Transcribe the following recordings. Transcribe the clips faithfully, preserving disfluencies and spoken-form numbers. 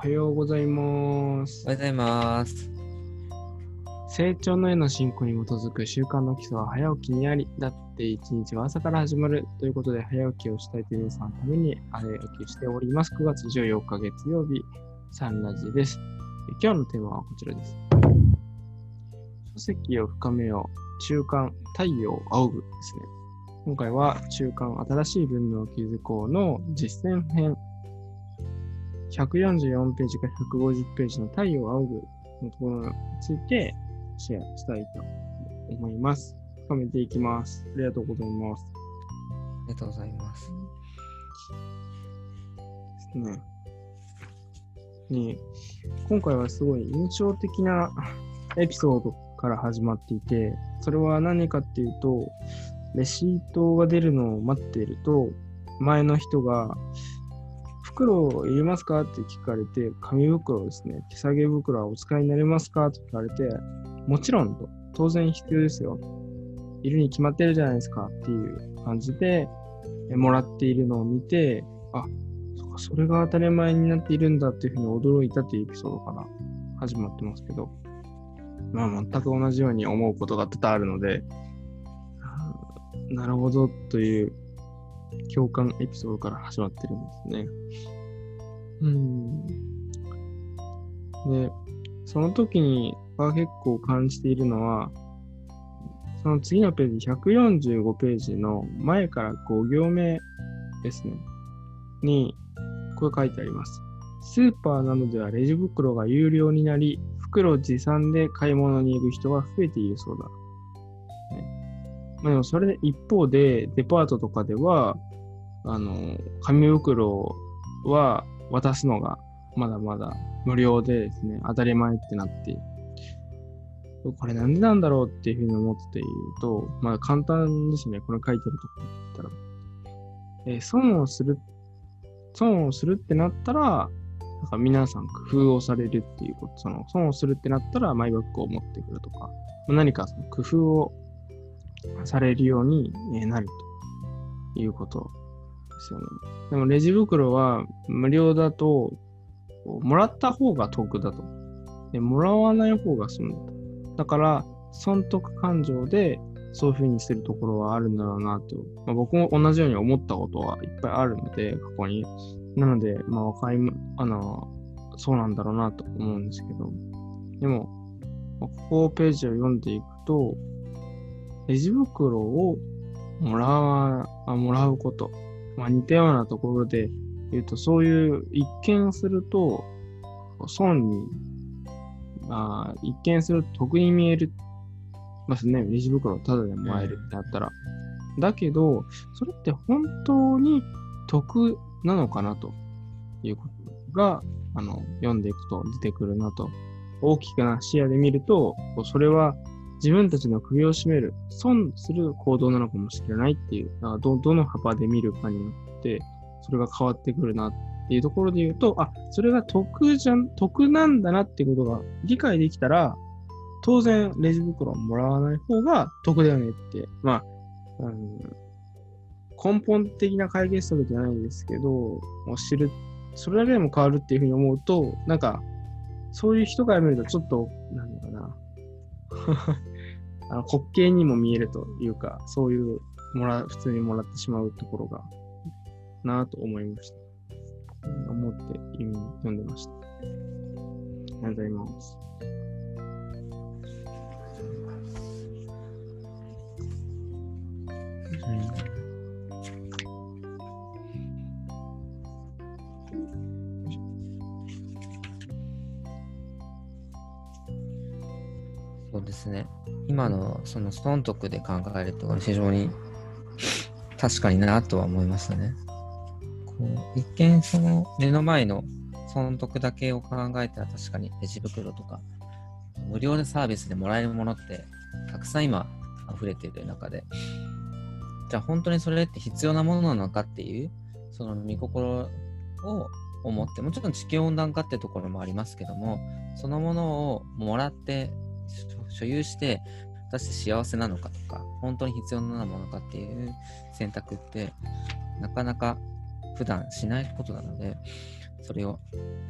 はようございます。 おはようございます。 成長のへの進行に基づく習慣の基礎は早起きにあり、だって一日は朝から始まるということで、早起きをしたいという皆さんのために早起きしております。くがつじゅうよっか月曜日、サンラジです。今日のテーマはこちらです。書籍を深めよう、中間、太陽を仰ぐですね。今回は中間、新しい文明を築こうの実践編。ひゃくよんじゅうよんページからひゃくごじゅうページの太陽を仰ぐのところについてシェアしたいと思います。深めていきます。ありがとうございます。 ありがとうございます。 ですね。ね、今回はすごい印象的なエピソードから始まっていて、それは何かっていうと、レシートが出るのを待っていると、前の人が袋いりますかって聞かれて、紙袋ですね。手提げ袋はお使いになれますかと聞かれて、もちろんと、当然必要ですよ。いるに決まってるじゃないですかっていう感じでもらっているのを見て、あ、そっか、それが当たり前になっているんだっていうふうに驚いたというエピソードから始まってますけど、まあ全く同じように思うことが多々あるので、なるほどという共感エピソードから始まってるんですね。うん。で、その時に結構感じているのは、その次のページ、ひゃくよんじゅうごページの前からご行目ですね。に、これ書いてあります。スーパーなどではレジ袋が有料になり、袋持参で買い物に行く人が増えているそうだ。まあ、でもそれで一方でデパートとかではあの紙袋は渡すのがまだまだ無料でですね、当たり前ってなって、これなんでなんだろうっていうふうに思っていると、まあ簡単ですね。これ書いてるところだったら、えー、損をする損をするってなったら、なんか皆さん工夫をされるっていうこと、その損をするってなったらマイバッグを持ってくるとか、何かその工夫をされるようになるということですよね。でもレジ袋は無料だともらった方が得だと。で、もらわない方が損だと。だから損得感情でそういう風にするところはあるんだろうなと。まあ、僕も同じように思ったことはいっぱいあるので、過去に。なので、まあ若い、あの、そうなんだろうなと思うんですけど。でも、ここページを読んでいくと、レジ袋をもらわ、あもらうこと。まあ、似たようなところで言うと、そういう一見すると、損に、まあ、一見すると得に見えるますね。レジ袋をタダでもらえるってなったら。だけど、それって本当に得なのかなということが、あの、読んでいくと出てくるなと。大きな視野で見ると、それは自分たちの首を絞める、損する行動なのかもしれないっていう、ど、どの幅で見るかによって、それが変わってくるなっていうところで言うと、あ、それが得じゃん、得なんだなっていうことが理解できたら、当然レジ袋をもらわない方が得だよねって、まあ、うん、根本的な解決策じゃないんですけど、もう知る、それだけでも変わるっていうふうに思うと、なんか、そういう人から見るとちょっと、なんだかな、あの滑稽にも見えるというか、そういうもら普通にもらってしまうところがなぁと思いました。思って読んでました。ありがとうございます。 そうですね。今のその損得で考えると非常に確かになとは思いますね。こう一見その目の前の損得だけを考えたら確かにレジ袋とか無料でサービスでもらえるものってたくさん今溢れている中で、じゃあ本当にそれって必要なものなのかっていうその見心を思って、もちろん地球温暖化ってところもありますけども、そのものをもらって所有して果たして幸せなのかとか本当に必要なものかっていう選択ってなかなか普段しないことなので、それを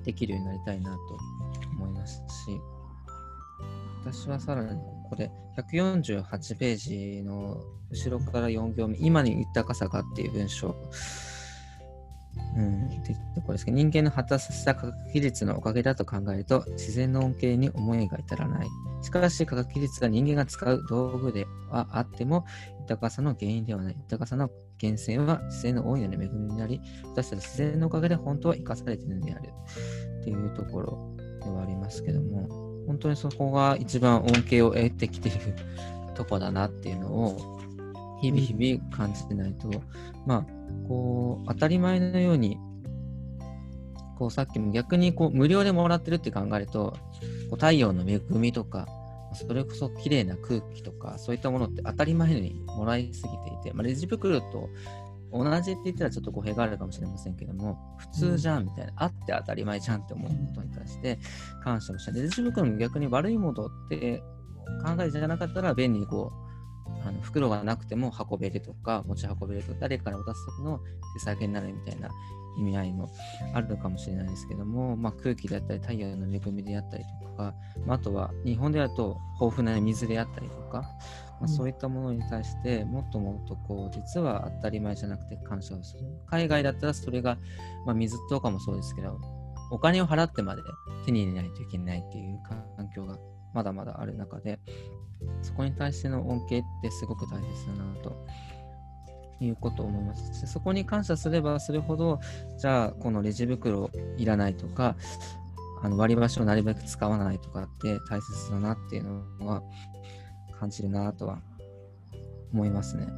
できるようになりたいなと思いますし、私はさらにここでひゃくよんじゅうはちページの後ろからよん行目、今に豊かさがっていう文章、うん、でところですけど、人間の発達させた科学技術のおかげだと考えると自然の恩恵に思いが至らない。しかし科学技術が人間が使う道具ではあっても豊かさの原因ではない。豊かさの源泉は自然の大いなる恵みになり、私たち自然のおかげで本当は生かされているのであるっていうところではありますけども、本当にそこが一番恩恵を得てきているとこだなっていうのを日々日々感じてないと、まあこう当たり前のようにこうさっきも逆にこう無料でもらってるって考えると、こう太陽の恵みとかそれこそ綺麗な空気とかそういったものって当たり前にもらいすぎていて、まあ、レジ袋と同じって言ったらちょっと語弊があるかもしれませんけども、普通じゃんみたいな、あって当たり前じゃんって思うことに対して感謝をした。レジ袋も逆に悪いものって考えじゃなかったら便利にこうあの袋がなくても運べるとか持ち運べるとか、誰かに渡す時の手提げになるみたいな意味合いもあるかもしれないですけども、まあ、空気であったり太陽の恵みであったりとか、まあ、あとは日本であると豊富な水であったりとか、まあ、そういったものに対してもっともっとこう実は当たり前じゃなくて感謝をする。海外だったらそれが、まあ、水とかもそうですけど、お金を払ってまで手に入れないといけないっていう環境がまだまだある中で、そこに対しての恩恵ってすごく大切だなということを思いますし、そこに感謝すればするほど、じゃあこのレジ袋いらないとか、あの割り箸をなるべく使わないとかって大切だなっていうのは感じるなとは思いますね。うん。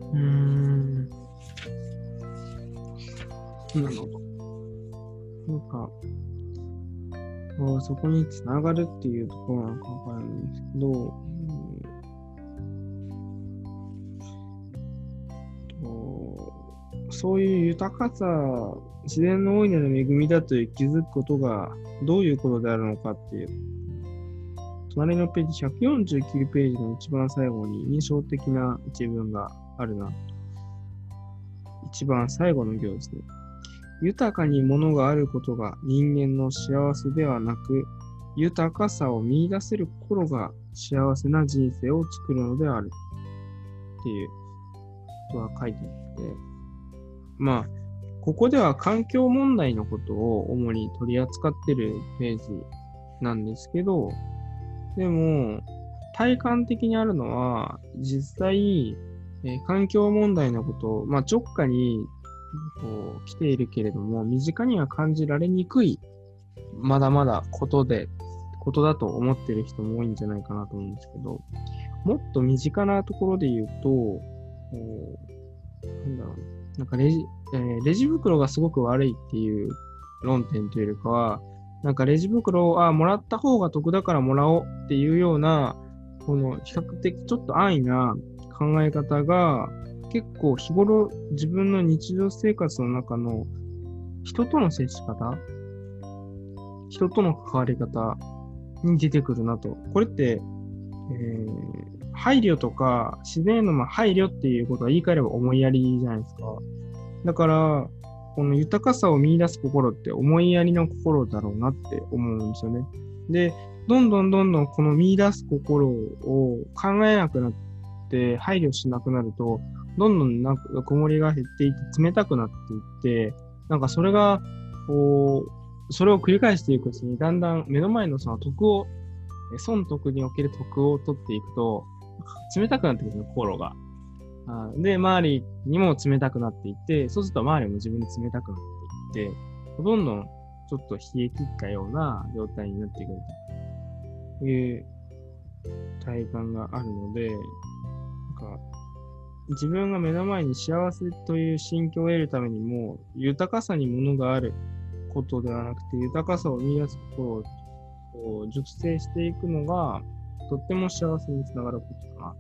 うーん。なるほど。なんか、そこにつながるっていうところなのかわからないんですけど、うん、そういう豊かさ、自然の大いなる恵みだという気づくことがどういうことであるのかっていう、隣のページひゃくよんじゅうきゅうページの一番最後に印象的な一文があるな。一番最後の行ですね。豊かに物があることが人間の幸せではなく、豊かさを見出せる心が幸せな人生を作るのであるっていうことが書いてあって、まあ、ここでは環境問題のことを主に取り扱っているページなんですけど、でも、体感的にあるのは、実際、えー、環境問題のことを、まあ、直下にこう来ているけれども、身近には感じられにくい、まだまだことで、ことだと思っている人も多いんじゃないかなと思うんですけど、もっと身近なところで言うと、なんだろう、なんかレジ、えー、レジ袋がすごく悪いっていう論点というよりかは、なんかレジ袋をあもらった方が得だからもらおうっていうような、この比較的ちょっと安易な考え方が結構日頃自分の日常生活の中の人との接し方、人との関わり方に出てくるなと。これって、えー、配慮とか自然へのまあ配慮っていうことは言い換えれば思いやりじゃないですか。だから、この豊かさを見出す心って思いやりの心だろうなって思うんですよね。で、どんどんどんどんこの見出す心を考えなくなって配慮しなくなると、どんどんなんか曇りが減っていって冷たくなっていって、なんかそれが、こう、それを繰り返していくうちにだんだん目の前のその徳を、損得における徳を取っていくと、冷たくなってくるの、心が。で、周りにも冷たくなっていって、そうすると周りも自分に冷たくなっていって、どんどんちょっと冷え切ったような状態になってくるという体感があるので、なんか自分が目の前に幸せという心境を得るためにも、豊かさにものがあることではなくて、豊かさを見出すことを熟成していくのが、とっても幸せにつながることかな。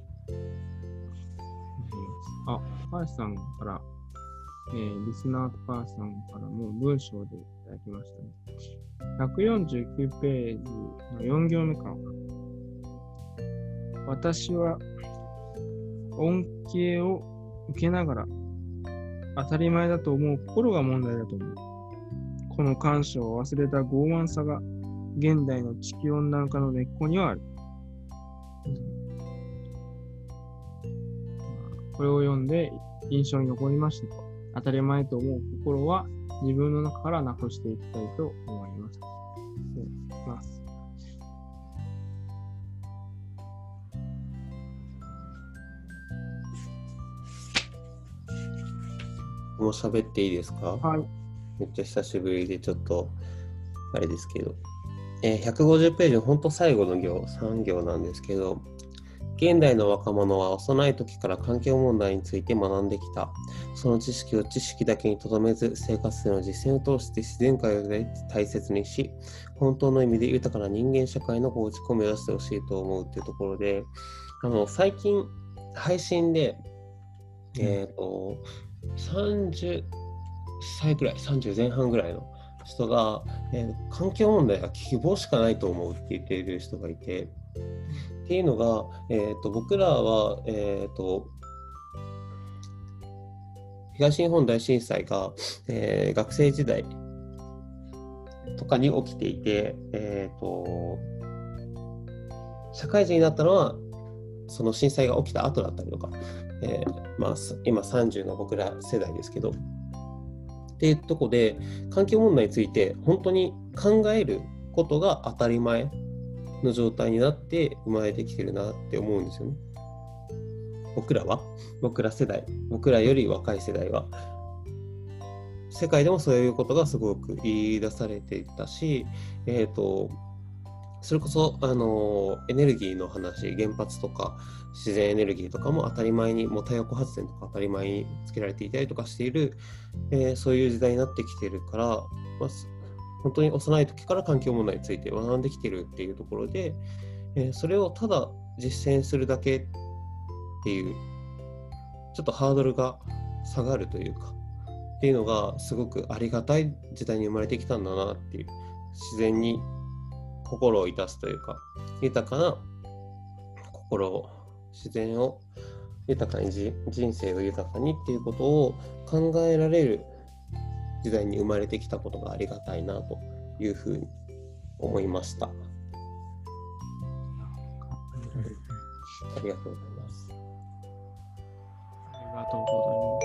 あ、高橋さんから、えー、リスナー高橋さんからも文章でいただきましたね。ひゃくよんじゅうきゅうページのよん行目から。私は恩恵を受けながら当たり前だと思う心が問題だと思う。 この感傷を忘れた傲慢さが現代の地球温暖化の根っこにはある。これを読んで印象に残りましたと。当たり前と思う心は自分の中からなくしていきたいと思います。います。 もう喋っていいですか？ はい。 めっちゃ久しぶりでちょっとあれですけど、えー、ひゃくごじゅうページの本当最後の行さん行なんですけど、現代の若者は幼い時から環境問題について学んできた。その知識を知識だけにとどめず、生活での実践を通して自然界を大切にし、本当の意味で豊かな人間社会の構築を目指してほしいと思うっていうところで、あの最近配信で、えっと、さんじゅっさいくらい、さんじゅう前半ぐらいの人が、えー、環境問題は希望しかないと思うって言っている人がいて、っていうのが、えー、と僕らは、えー、と東日本大震災が、えー、学生時代とかに起きていて、えー、と社会人になったのはその震災が起きた後だったりとか、えーまあ、今さんじゅうの僕ら世代ですけど、っていうところで環境問題について本当に考えることが当たり前の状態になって生まれてきてるなって思うんですよね。僕らは僕ら世代僕らより若い世代は世界でもそういうことがすごく言い出されていたし、えーとそれこそあのエネルギーの話、原発とか自然エネルギーとかも当たり前に、もう太陽光発電とか当たり前につけられていたりとかしている、えー、そういう時代になってきているから、まあ、本当に幼い時から環境問題について学んできているっていうところで、えー、それをただ実践するだけっていうちょっとハードルが下がるというかっていうのがすごくありがたい時代に生まれてきたんだなっていう、自然に心を致すというか豊かな心を、自然を豊かに、人生を豊かにっていうことを考えられる時代に生まれてきたことがありがたいなというふうに思いました。ありがとうございます。 ありがとうございます。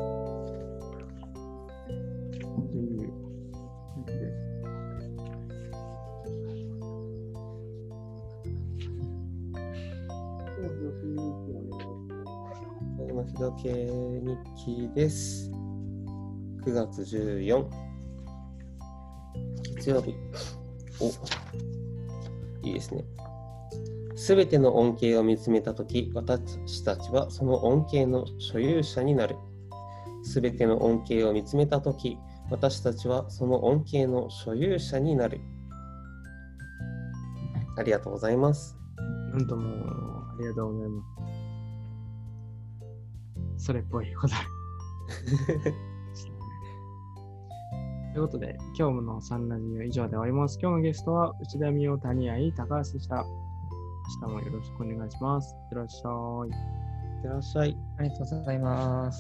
日時計日記です。くがつじゅうよっか月曜日。お、いいですね。すべての恩恵を見つめたとき、私たちはその恩恵の所有者になる。すべての恩恵を見つめたとき、私たちはその恩恵の所有者になる。ありがとうございます。 なんともありがとうございます。それっぽい答え。ということで、今日のサンラジオ以上で終わります。今日のゲストは内田美代、谷愛、高橋でした。明日もよろしくお願いします。いってらっしゃい。 いってらっしゃい。 ありがとうございます。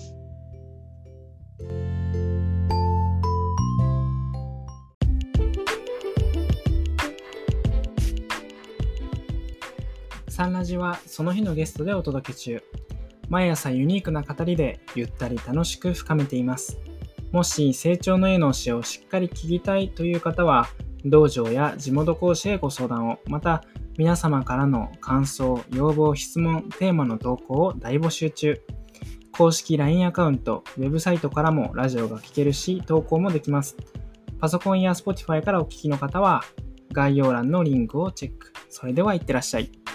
サンラジはその日のゲストでお届け中。毎朝ユニークな語りでゆったり楽しく深めています。もし成長の絵の教えをしっかり聞きたいという方は、道場や地元講師へご相談を、また皆様からの感想、要望、質問、テーマの投稿を大募集中。公式 ライン アカウント、ウェブサイトからもラジオが聞けるし、投稿もできます。パソコンや Spotify からお聞きの方は、概要欄のリンクをチェック。それではいってらっしゃい。